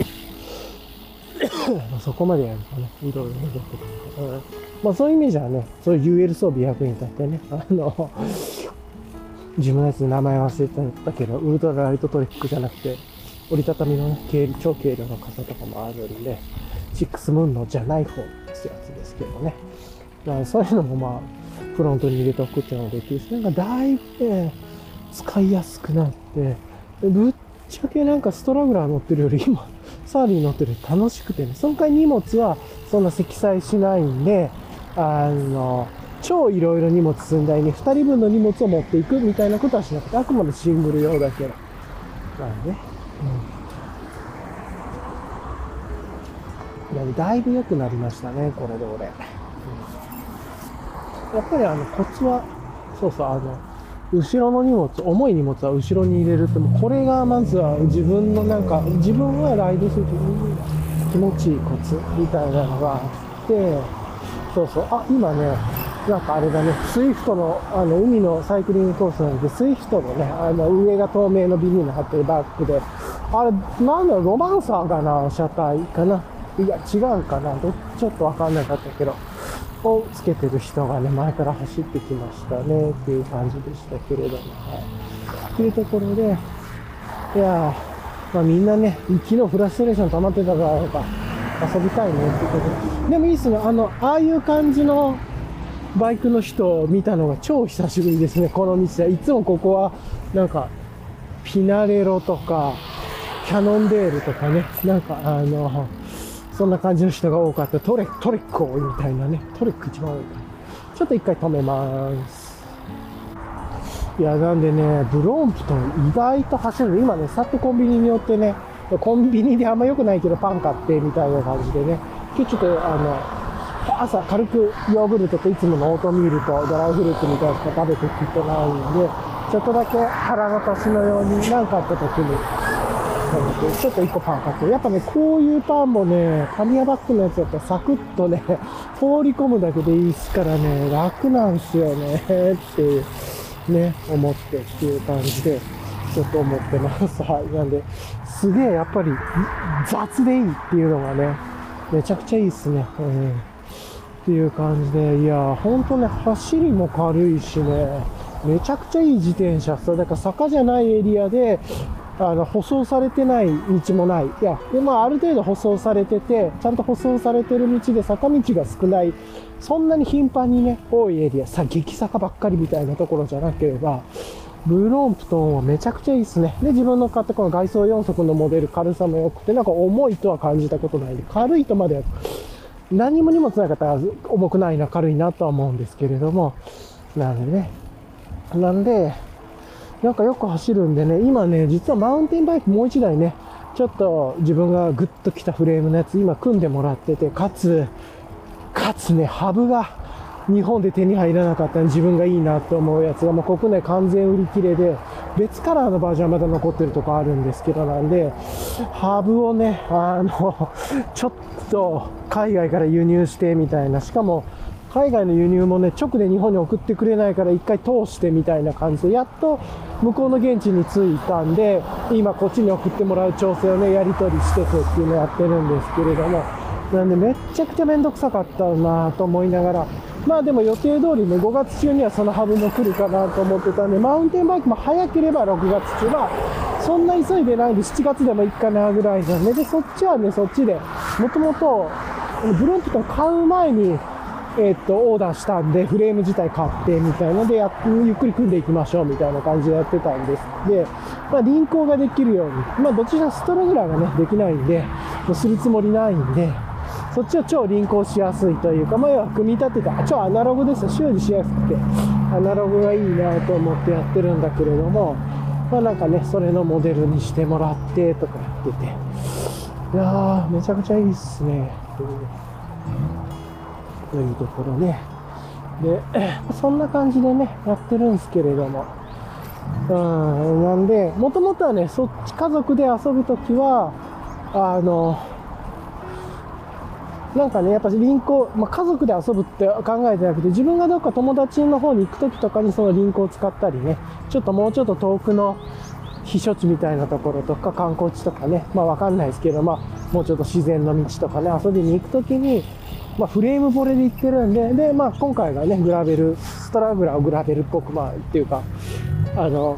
そこまでやるとね、いろいろ出てくる。うん、まあそういう意味じゃね、そういう ユーエル 装備役に立ってね、あの、自分のやつで名前忘れてたけど、ウルトラライトトリックじゃなくて、折りたたみのね、超軽量の傘とかもあるんで、 シックスムーンのじゃない方のやつですけどね。だからそういうのもまあ、フロントに入れておくっていうのができるし、なんかだいぶね、使いやすくなって、ぶっちゃけなんかストラグラー乗ってるより今、サーリー乗ってるより楽しくてね、その代わり荷物はそんな積載しないんで、あの、超いろいろ荷物積んだりね、ふたりぶんの荷物を持っていくみたいなことはしなくて、あくまでシングル用だけな。なんでね。うん。だいぶ良くなりましたね、これで俺。うん、やっぱりあの、コツは、そうそう、あの、後ろの荷物、重い荷物は後ろに入れるって、もうこれがまずは自分のなんか、自分はライドすると気持ちいいコツみたいなのがあって、そうそう、あ、今ね、なんかあれだね、スイフトの、あの、海のサイクリングコースなんで、スイフトのね、あの、上が透明のビニール貼ってるバックで、あれ、なんだろう、ロマンサーかな、車体かな。いや、違うかな、どちょっとわかんなかったけど、をつけてる人がね、前から走ってきましたね、っていう感じでしたけれども、はい。っていうところで、いやー、まあみんなね、昨日フラストレーション溜まってたから、なんか、遊びたいねってことで。でもいいっすね、あの、ああいう感じのバイクの人を見たのが超久しぶりですね、この道で。いつもここは、なんか、ピナレロとか、キャノンデールとかね、なんかあの、そんな感じの人が多かった。トレック、トレック多いみたいなね。トレック一番多いから。ちょっと一回止めます。いや、なんでね、ブロンプトン意外と走る。今ね、さっとコンビニに寄ってね、コンビニであんま良くないけどパン買ってみたいな感じでね。今日ちょっとあの、朝軽くヨーグルトといつものオートミールとドライフルーツみたいなのしか食べてきてないんで、ちょっとだけ腹の足しのように何かあった時に、ちょっと一個パン買って、やっぱね、こういうパンもね、タミヤバッグのやつだったらサクッとね、放り込むだけでいいですからね、楽なんすよね、っていう、ね、思ってっていう感じで、ちょっと思ってます。はい。なんで、すげえやっぱり雑でいいっていうのがね、めちゃくちゃいいっすね。うん、っていう感じで、いや、ほんとね、走りも軽いしね、めちゃくちゃいい自転車。そう、だから坂じゃないエリアで、あの、舗装されてない道もない。いや、で、まあ、ある程度舗装されてて、ちゃんと舗装されてる道で坂道が少ない、そんなに頻繁にね、多いエリア、さ、激坂ばっかりみたいなところじゃなければ、ブロンプトンはめちゃくちゃいいですね。で、自分の買ったこの外装よん速のモデル、軽さも良くて、なんか重いとは感じたことないんで、軽いとまでは、何も荷物なかったら重くないな、軽いなとは思うんですけれども、なんでね。なんで、なんかよく走るんでね、今ね、実はマウンテンバイクもう一台ね、ちょっと自分がグッときたフレームのやつ今組んでもらってて、かつ、かつね、ハブが日本で手に入らなかった自分がいいなと思うやつがもう国内完全売り切れで、別カラーのバージョンはまだ残ってるとこあるんですけど、なんで、ハブをね、あの、ちょっと海外から輸入してみたいな、しかも、海外の輸入もね、直で日本に送ってくれないから一回通してみたいな感じで、やっと向こうの現地に着いたんで、今こっちに送ってもらう調整をね、やり取りしててっていうのをやってるんですけれども、なんでめっちゃくちゃめんどくさかったなと思いながら、まあでも予定通りね、ごがつ中にはそのハブも来るかなと思ってたんで、マウンテンバイクも早ければろくがつ中、まあそんな急いでないんでしちがつでもいいかなぐらいなんで、で、そっちはね、そっちで、もともとブロンプトン買う前に、えー、っと、オーダーしたんで、フレーム自体買ってみたいので、やゆっくり組んでいきましょうみたいな感じでやってたんです。で、まあ、輪行ができるように、まあ、どちらストログラーがね、できないんで、もうするつもりないんで、そっちを超輪行しやすいというか、まあ、要は組み立てた、超アナログですよ。修理しやすくて、アナログがいいなと思ってやってるんだけれども、まあ、なんかね、それのモデルにしてもらってとかやってて、いやー、めちゃくちゃいいっすね。というところね。で、そんな感じでね、やってるんですけれども。うん、なんで、もともとはね、そっち家族で遊ぶときは、あの、なんかね、やっぱり輪行、まあ、家族で遊ぶって考えてなくて、自分がどっか友達の方に行くときとかにその輪行を使ったりね、ちょっともうちょっと遠くの避暑地みたいなところとか観光地とかね、まあわかんないですけど、まあもうちょっと自然の道とかね、遊びに行くときに、まあフレームボレで行ってるんで、で、まあ今回がね、グラベル、ストラグラーをグラベルっぽく、まあっていうか、あの、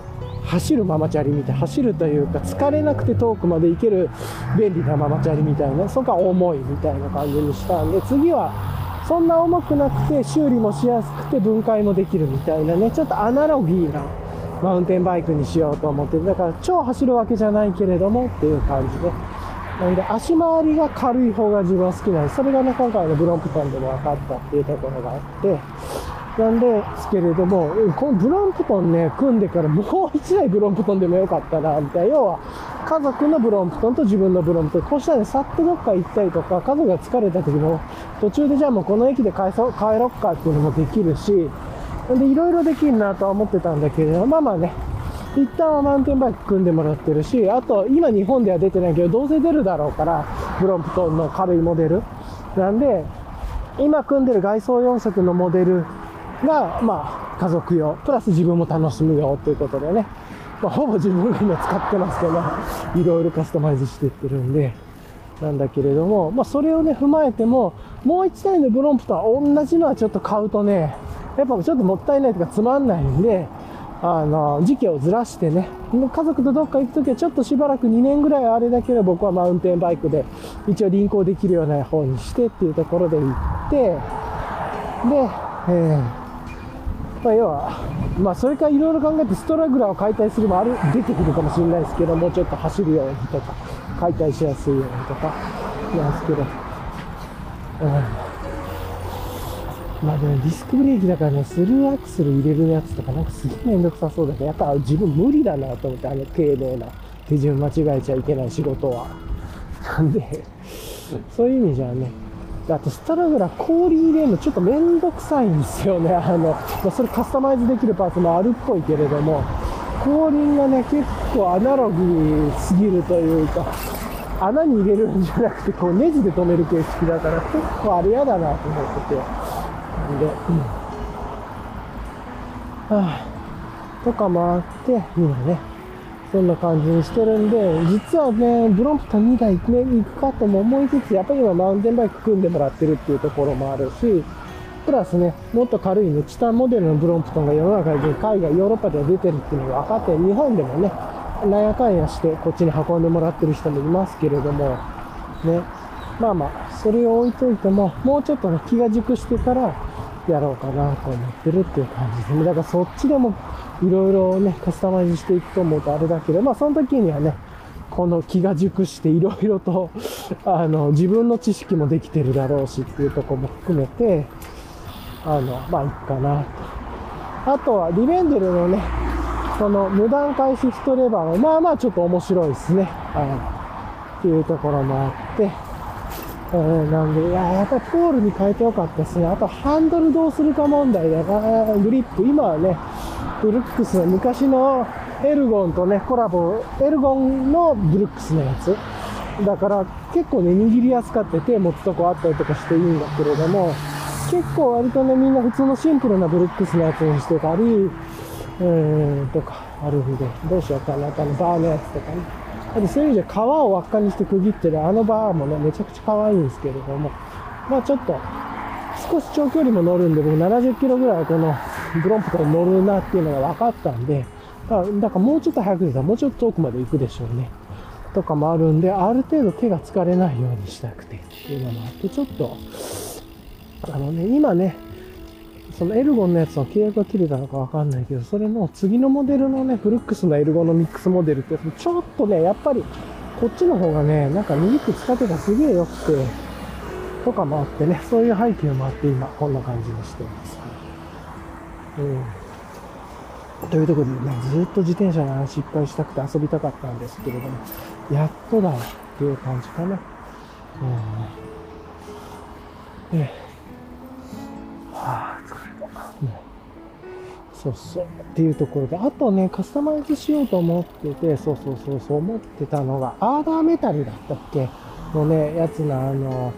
走るママチャリみたいな、走るというか疲れなくて遠くまで行ける便利なママチャリみたいな、そこは重いみたいな感じにしたんで、次はそんな重くなくて修理もしやすくて分解もできるみたいなね、ちょっとアナロギーなマウンテンバイクにしようと思って、だから超走るわけじゃないけれどもっていう感じで、なんで足回りが軽い方が自分は好きなんです。それがね、今回のブロンプトンでも分かったっていうところがあって、なんですけれども、このブロンプトンね、組んでからもう一台ブロンプトンでもよかったな、みたいな。要は、家族のブロンプトンと自分のブロンプトン。こうしたらね、さっとどっか行ったりとか、家族が疲れた時も、途中でじゃあもうこの駅で帰そう、帰ろっかっていうのもできるし、で、いろいろできるなとは思ってたんだけれども、まあまあね、一旦はマウンテンバイク組んでもらってるし、あと、今日本では出てないけど、どうせ出るだろうから、ブロンプトンの軽いモデル。なんで、今組んでる外装よん足のモデルが、まあ、家族用、プラス自分も楽しむよということでね、まあ、ほぼ自分が今使ってますけど、いろいろカスタマイズしていってるんで、なんだけれども、まあ、それをね、踏まえても、もう一台のブロンプとは同じのはちょっと買うとね、やっぱちょっともったいないというかつまんないんで、あの、時期をずらしてね、家族とどっか行くときはちょっとしばらくにねんぐらいあれだけど僕はマウンテンバイクで一応輪行できるような方にしてっていうところで行って、で、えー、まあ要は、まあそれからいろいろ考えてストラグラーを解体するもある、出てくるかもしれないですけど、もうちょっと走るようにとか、解体しやすいようにとか、なんですけど、うんまあでもディスクブレーキだからね、スルーアクセル入れるやつとかなんかすげえめんどくさそうだけど、やっぱ自分無理だなと思って、あの丁寧な手順間違えちゃいけない仕事は。なんで、そういう意味じゃね、あとストラグラー氷入れるのちょっとめんどくさいんですよね。あの、まあ、それカスタマイズできるパーツもあるっぽいけれども、後輪がね、結構アナログすぎるというか、穴に入れるんじゃなくて、こうネジで止める形式だから、結構あれ嫌だなと思ってて。で、うん、はぁ、とかもあって、今ね、そんな感じにしてるんで、実はね、ブロンプトンにだいね、行くかとも思いつつ、やっぱり今マウンテンバイク組んでもらってるっていうところもあるし、プラスね、もっと軽いね、チタンモデルのブロンプトンが世の中で海外、ヨーロッパでは出てるっていうのが分かって、日本でもね、なんやかんやしてこっちに運んでもらってる人もいますけれども、ね、まあまあ、それを置いといても、もうちょっとね、気が熟してからやろうかなと思ってるっていう感じですね。だからそっちでもいろいろね、カスタマイズしていくと思うとあれだけど、まあその時にはね、この気が熟していろいろと、あの、自分の知識もできてるだろうしっていうところも含めて、あの、まあいいかなと。あとはリベンデルのね、その無段階シフトレバーもまあまあちょっと面白いですね。はい。っていうところもあって、えー、なんで、いや、やっぱりポールに変えてよかったですね。あと、ハンドルどうするか問題だな。グリップ。今はね、ブルックスの昔のエルゴンとね、コラボ、エルゴンのブルックスのやつ。だから、結構ね、握りやすかって手持つとこあったりとかしていいんだけれども、結構割とね、みんな普通のシンプルなブルックスのやつにしてたり、えー、とかあるんで、どうしようかな。あの、バーのやつとかね。あとそういう意味じゃ皮を輪っかにして区切ってるあのバーもね、めちゃくちゃ可愛いんですけれども、まあちょっと、少し長距離も乗るんで、僕ななじゅっキロぐらいこのブロンプトン乗るなっていうのが分かったんで、だからもうちょっと早く出たらもうちょっと遠くまで行くでしょうね。とかもあるんで、ある程度手が疲れないようにしたくてっていうのもあって、ちょっと、あのね、今ね、そのエルゴンのやつの契約が切れたのかわかんないけど、それの次のモデルのね、ブルックスのエルゴンのミックスモデルってちょっとね、やっぱりこっちの方がね、なんか握って使ってたらすげえ良くて、とかもあってね、そういう背景もあって今こんな感じにしてます。うん。というところでね、ずっと自転車の話いっぱいしたくて遊びたかったんですけれども、やっとだわっていう感じかな。うん。で、はぁ、疲れた。うん、そうそう。っていうところで、あとね、カスタマイズしようと思ってて、そうそうそうそう思ってたのが、アーダーメタルだったっけのね、やつな、あの、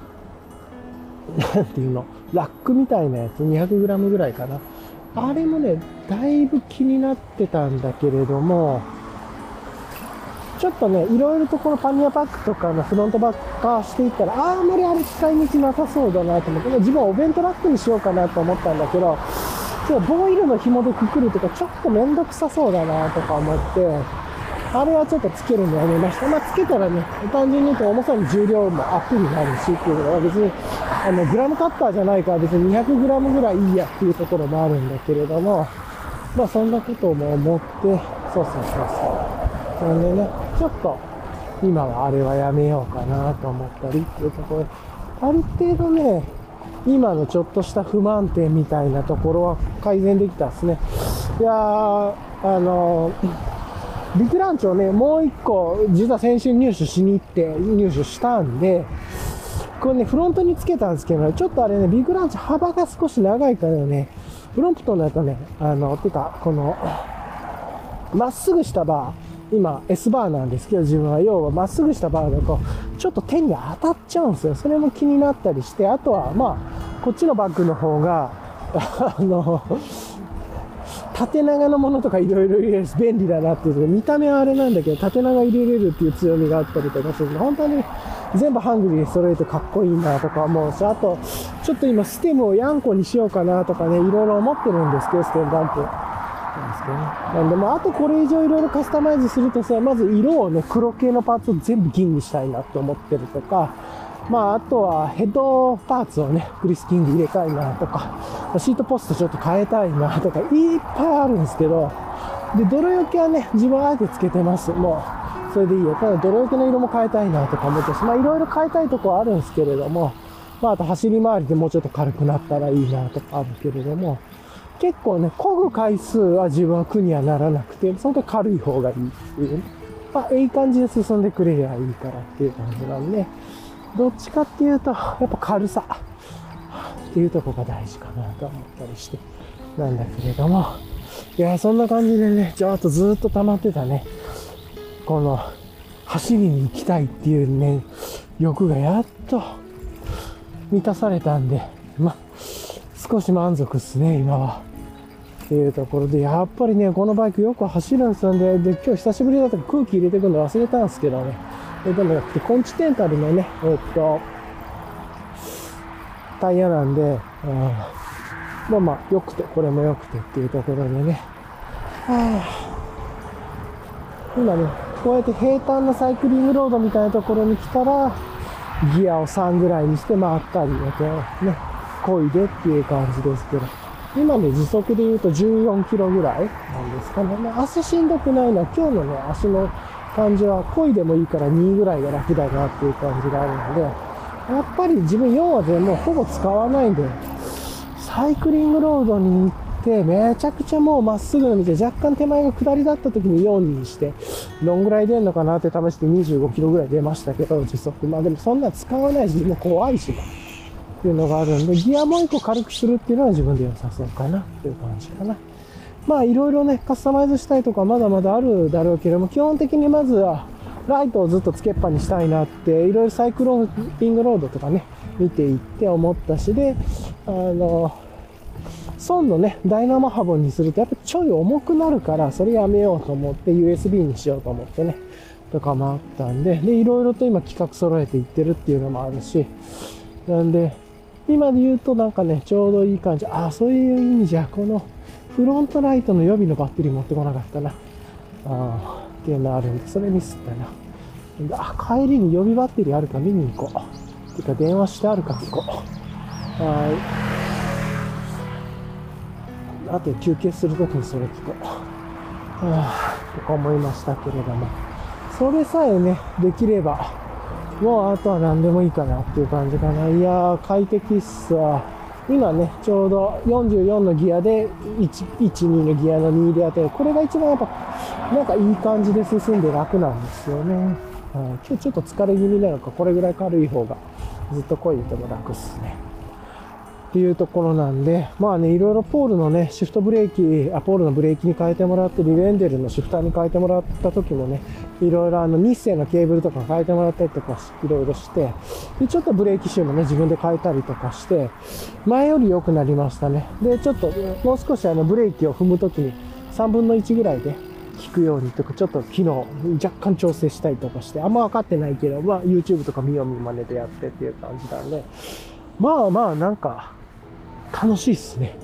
なんていうの、ラックみたいなやつ、にひゃくグラムぐらいかな。あれもね、だいぶ気になってたんだけれども、ちょっとね、いろいろとこのパニアパックとかのフロントバッカーしていったら、あんまりあれ使い道なさそうだなと思って、自分はお弁当ラックにしようかなと思ったんだけど、 ちょっとボイルの紐でくくるとかちょっとめんどくさそうだなとか思って、あれはちょっとつけるのやめました。まあつけたらね、単純に言うと重さに重量もアップになるしっていうのは別に、あの、グラムカッターじゃないから別ににひゃくグラムぐらいいいやっていうところもあるんだけれども、まあそんなことも思って、そうそうそうそう。なんでね、ちょっと今はあれはやめようかなと思ったりっていうところで、ある程度ね、今のちょっとした不満点みたいなところは改善できたですね。いやー、あのー、ビッグランチをね、もう一個、実は先週入手しに行って、入手したんで、これね、フロントにつけたんですけど、ちょっとあれね、ビッグランチ幅が少し長いからね、プロンプトンだとね、あの、てか、この、まっすぐしたバー、今 S バーなんですけど、自分は要はまっすぐしたバーだと、ちょっと手に当たっちゃうんですよ。それも気になったりして、あとは、まあ、こっちのバッグの方が、あの、縦長のものとかいろいろ入れるし便利だなっていう、見た目はあれなんだけど、縦長入れれるっていう強みがあったりとかするんで、本当に全部ハングリーで揃えてかっこいいなとか思うし、あと、ちょっと今ステムをヤンコにしようかなとかね、いろいろ思ってるんですけど、ステムダンプ。なんですけどね。なんで、まあ、あとこれ以上いろいろカスタマイズするとさ、まず色をね、黒系のパーツを全部銀にしたいなって思ってるとか、まあ、あとはヘッドパーツをね、グリスキング入れたいなとか、シートポストちょっと変えたいなとか、いっぱいあるんですけど、で、泥よけはね、自分はあえてつけてます。もう、それでいいよ。ただ、泥よけの色も変えたいなとか思ってし、まあ、いろいろ変えたいとこはあるんですけれども、まあ、あと走り回りでもうちょっと軽くなったらいいなとかあるけれども、結構ね、漕ぐ回数は自分は苦にはならなくて、その時軽い方がいいっていうね。まあ、いい感じで進んでくれりゃいいからっていう感じなんで、どっちかっていうと、やっぱ軽さっていうところが大事かなと思ったりして、なんだけれども、いや、そんな感じでね、ちょっとずっと溜まってたね、この、走りに行きたいっていうね、欲がやっと満たされたんで、まあ、少し満足っすね、今は。っていうところで、やっぱりね、このバイクよく走るんですよね。で、今日久しぶりだったから空気入れてくるの忘れたんですけどね。でもなくて、コンチテンタルのね、えー、っと、タイヤなんで、うん、まあまあ、良くて、これも良くてっていうところでね。はあ、今ね、こうやって平坦なサイクリングロードみたいなところに来たら、ギアをさんぐらいにして回ったり、ね、漕いでっていう感じですけど、今ね、時速で言うとじゅうよんキロぐらいなんですかね。まあ、足しんどくないのは、今日のね、足の感じは、漕いでもいいからにぐらいが楽だなっていう感じがあるので、やっぱり自分よんは全部ほぼ使わないんで、サイクリングロードに行って、めちゃくちゃもうまっすぐの道で、若干手前が下りだった時によんにして、どんぐらい出んのかなって試してにじゅうごキロぐらい出ましたけど、時速。まあでもそんな使わないし、もう怖いし、っていうのがあるんで、ギアもう一個軽くするっていうのは自分で良さそうかなっていう感じかな。まあいろいろね、カスタマイズしたいとかまだまだあるだろうけども、基本的にまずはライトをずっとつけっぱにしたいなって、いろいろサイクロピングロードとかね、見ていって思ったしで、あの、損のね、ダイナモハボンにするとやっぱちょい重くなるから、それやめようと思って ユーエスビー にしようと思ってね、とかもあったんで、で、いろいろと今企画揃えていってるっていうのもあるし、なんで、今で言うとなんかね、ちょうどいい感じ。ああ、そういう意味じゃ、このフロントライトの予備のバッテリー持ってこなかったな。ああ、っていうのあるんで、それミスったな。あ、帰りに予備バッテリーあるか見に行こう。てか電話してあるか聞こう。はい。あと休憩するときにそれ聞こう。はあ、とか思いましたけれども。それさえね、できれば、もうあとは何でもいいかなっていう感じかな。いやー、快適っすわ。今ね、ちょうどよんじゅうよんのギアでいち、いち、にのギアのにでやってる。これが一番やっぱ、なんかいい感じで進んで楽なんですよね。うん、今日ちょっと疲れ気味なのか、これぐらい軽い方がずっと漕いでても楽っすね。っていうところなんで、まあね、いろいろポールのね、シフトブレーキ、あ、ポールのブレーキに変えてもらって、リベンデルのシフターに変えてもらった時もね、いろいろあの日清のケーブルとか変えてもらったりとかいろいろして、で、ちょっとブレーキシューもね、自分で変えたりとかして、前より良くなりましたね。で、ちょっともう少しあのブレーキを踏む時にさんぶんのいちぐらいで効くようにとか、ちょっと機能若干調整したりとかして、あんま分かってないけど、まあ YouTube とか見よう見まねでやってっていう感じなんで、まあまあなんか、楽しいっすね。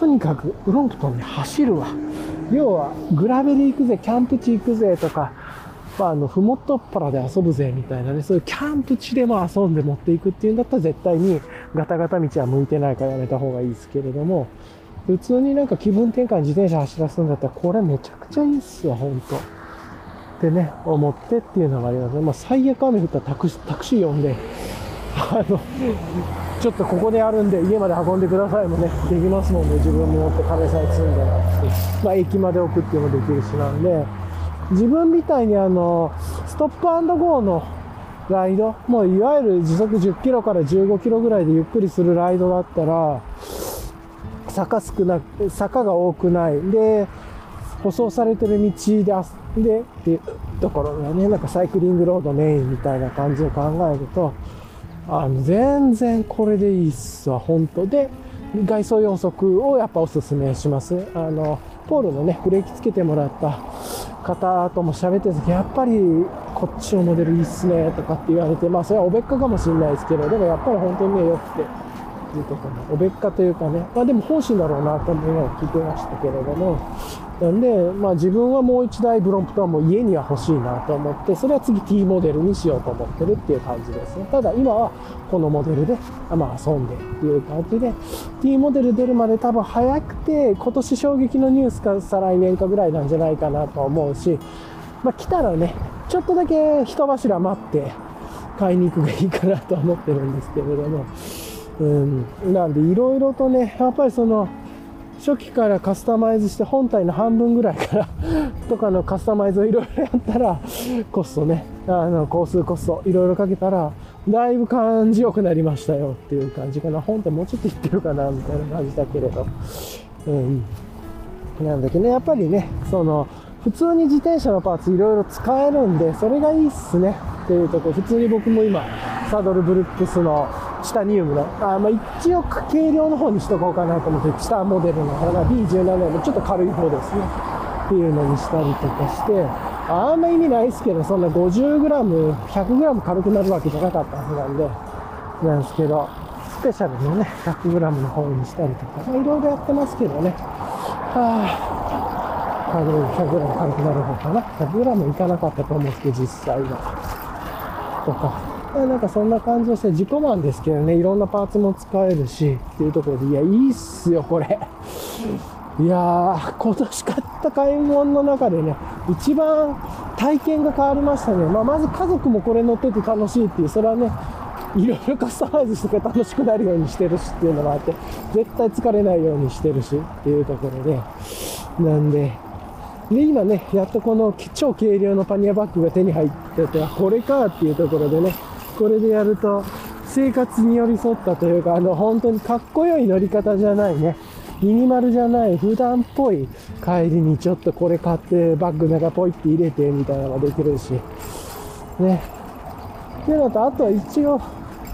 とにかくブロンプトンで走るわ。要はグラベル行くぜ、キャンプ地行くぜとか、まあ、あのふもとっぱらで遊ぶぜみたいなね、そういうキャンプ地でも遊んで持っていくっていうんだったら絶対にガタガタ道は向いてないからやめた方がいいですけれども、普通になんか気分転換に自転車走らすんだったらこれめちゃくちゃいいっすわ、ほんと。ってね、思ってっていうのがありますね。まあ最悪雨降ったらタクシー、タクシー呼んで、あの、ちょっとここであるんで家まで運んでくださいもね、できますもんね。自分も持って金さえ積んでなくて。まあ駅まで置くっていうのもできるしなんで、自分みたいにあの、ストップ&ゴーのライド、もういわゆる時速じゅっキロからじゅうごキロぐらいでゆっくりするライドだったら、坂少なく、坂が多くない。で、舗装されてる道で、で、っていうところがね、なんかサイクリングロードメインみたいな感じを考えると、あの、全然これでいいっすわ、本当で、外装よん速をやっぱおすすめします。あの、ポールのね、ブレーキつけてもらった方とも喋ってる時、やっぱりこっちのモデルいいっすね、とかって言われて、まあそれはおべっかかもしれないですけど、でもやっぱり本当にね、良くて、いうところおべっかというかね、まあでも本心だろうなと思いながら聞いてましたけれども、なんで、まあ自分はもう一台ブロンプトンも家には欲しいなと思って、それは次 T モデルにしようと思ってるっていう感じですね。ただ今はこのモデルで、まあ遊んでっていう感じで、T モデル出るまで多分早くて、今年衝撃のニュースか再来年かぐらいなんじゃないかなと思うし、まあ来たらね、ちょっとだけ一柱待って買いに行くがいいかなと思ってるんですけれども、うん、なんでいろいろとね、やっぱりその初期からカスタマイズして本体の半分ぐらいからとかのカスタマイズをいろいろやったらコストね、あの工数コストいろいろかけたらだいぶ感じよくなりましたよっていう感じかな。本体もうちょっといってるかなみたいな感じだけれど、うん、なんだけどね、やっぱりね、その普通に自転車のパーツいろいろ使えるんで、それがいいっすねっていうところ。普通に僕も今サドルブルックスのチタニウムの、あまあ一応軽量の方にしとこうかなと思って、チタモデルの ビーじゅうなな のちょっと軽い方ですねっていうのにしたりとかして、あんま意味ないですけど、そんな ごじゅうグラム、ひゃくグラム 軽くなるわけじゃなかったはずなんでなんですけど、スペシャルのね ひゃくグラム の方にしたりとか、いろいろやってますけどね。はぁ、ひゃくグラム 軽くなる方かな。ひゃくグラム いかなかったと思うんですけど、実際はとか、なんかそんな感じをして、自己満ですけどね、いろんなパーツも使えるしっていうところで、いやいいっすよこれ。いやー、今年買った買い物の中でね、一番体験が変わりましたね。まあまず家族もこれ乗ってて楽しいっていう、それはね、いろいろカスタマイズして楽しくなるようにしてるしっていうのがあって、絶対疲れないようにしてるしっていうところで、なんでで今ね、やっとこの超軽量のパニアバッグが手に入ってて、これかっていうところでね、これでやると生活に寄り添ったというか、あの本当にかっこよい乗り方じゃないね、ミニマルじゃない普段っぽい帰りにちょっとこれ買ってバッグの中ポイって入れてみたいなのができるしね。っていうのと、あとは一応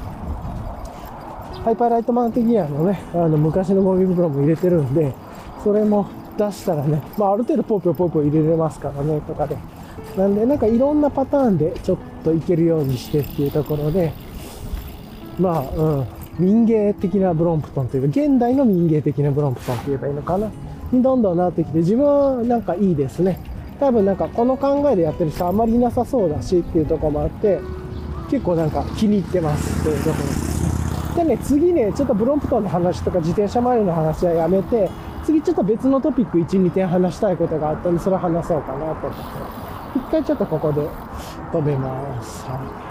ハイパーライトマウンテギアのね、あの昔のゴミ袋も入れてるんで、それも出したらね、まあ、ある程度ポーポーポーポー入れれますからねとかで、なんでなんかいろんなパターンでちょっといけるようにしてっていうところで、まあうん民芸的なブロンプトンというか、現代の民芸的なブロンプトンって言えばいいのかなにどんどんなってきて、自分はなんかいいですね。多分なんかこの考えでやってる人あんまりいなさそうだしっていうところもあって、結構なんか気に入ってますっていうところですね。でね、次ね、ちょっとブロンプトンの話とか自転車周りの話はやめて、次ちょっと別のトピックいち、にてん話したいことがあったんで、それを話そうかなと思って、一回ちょっとここで止めます。はい。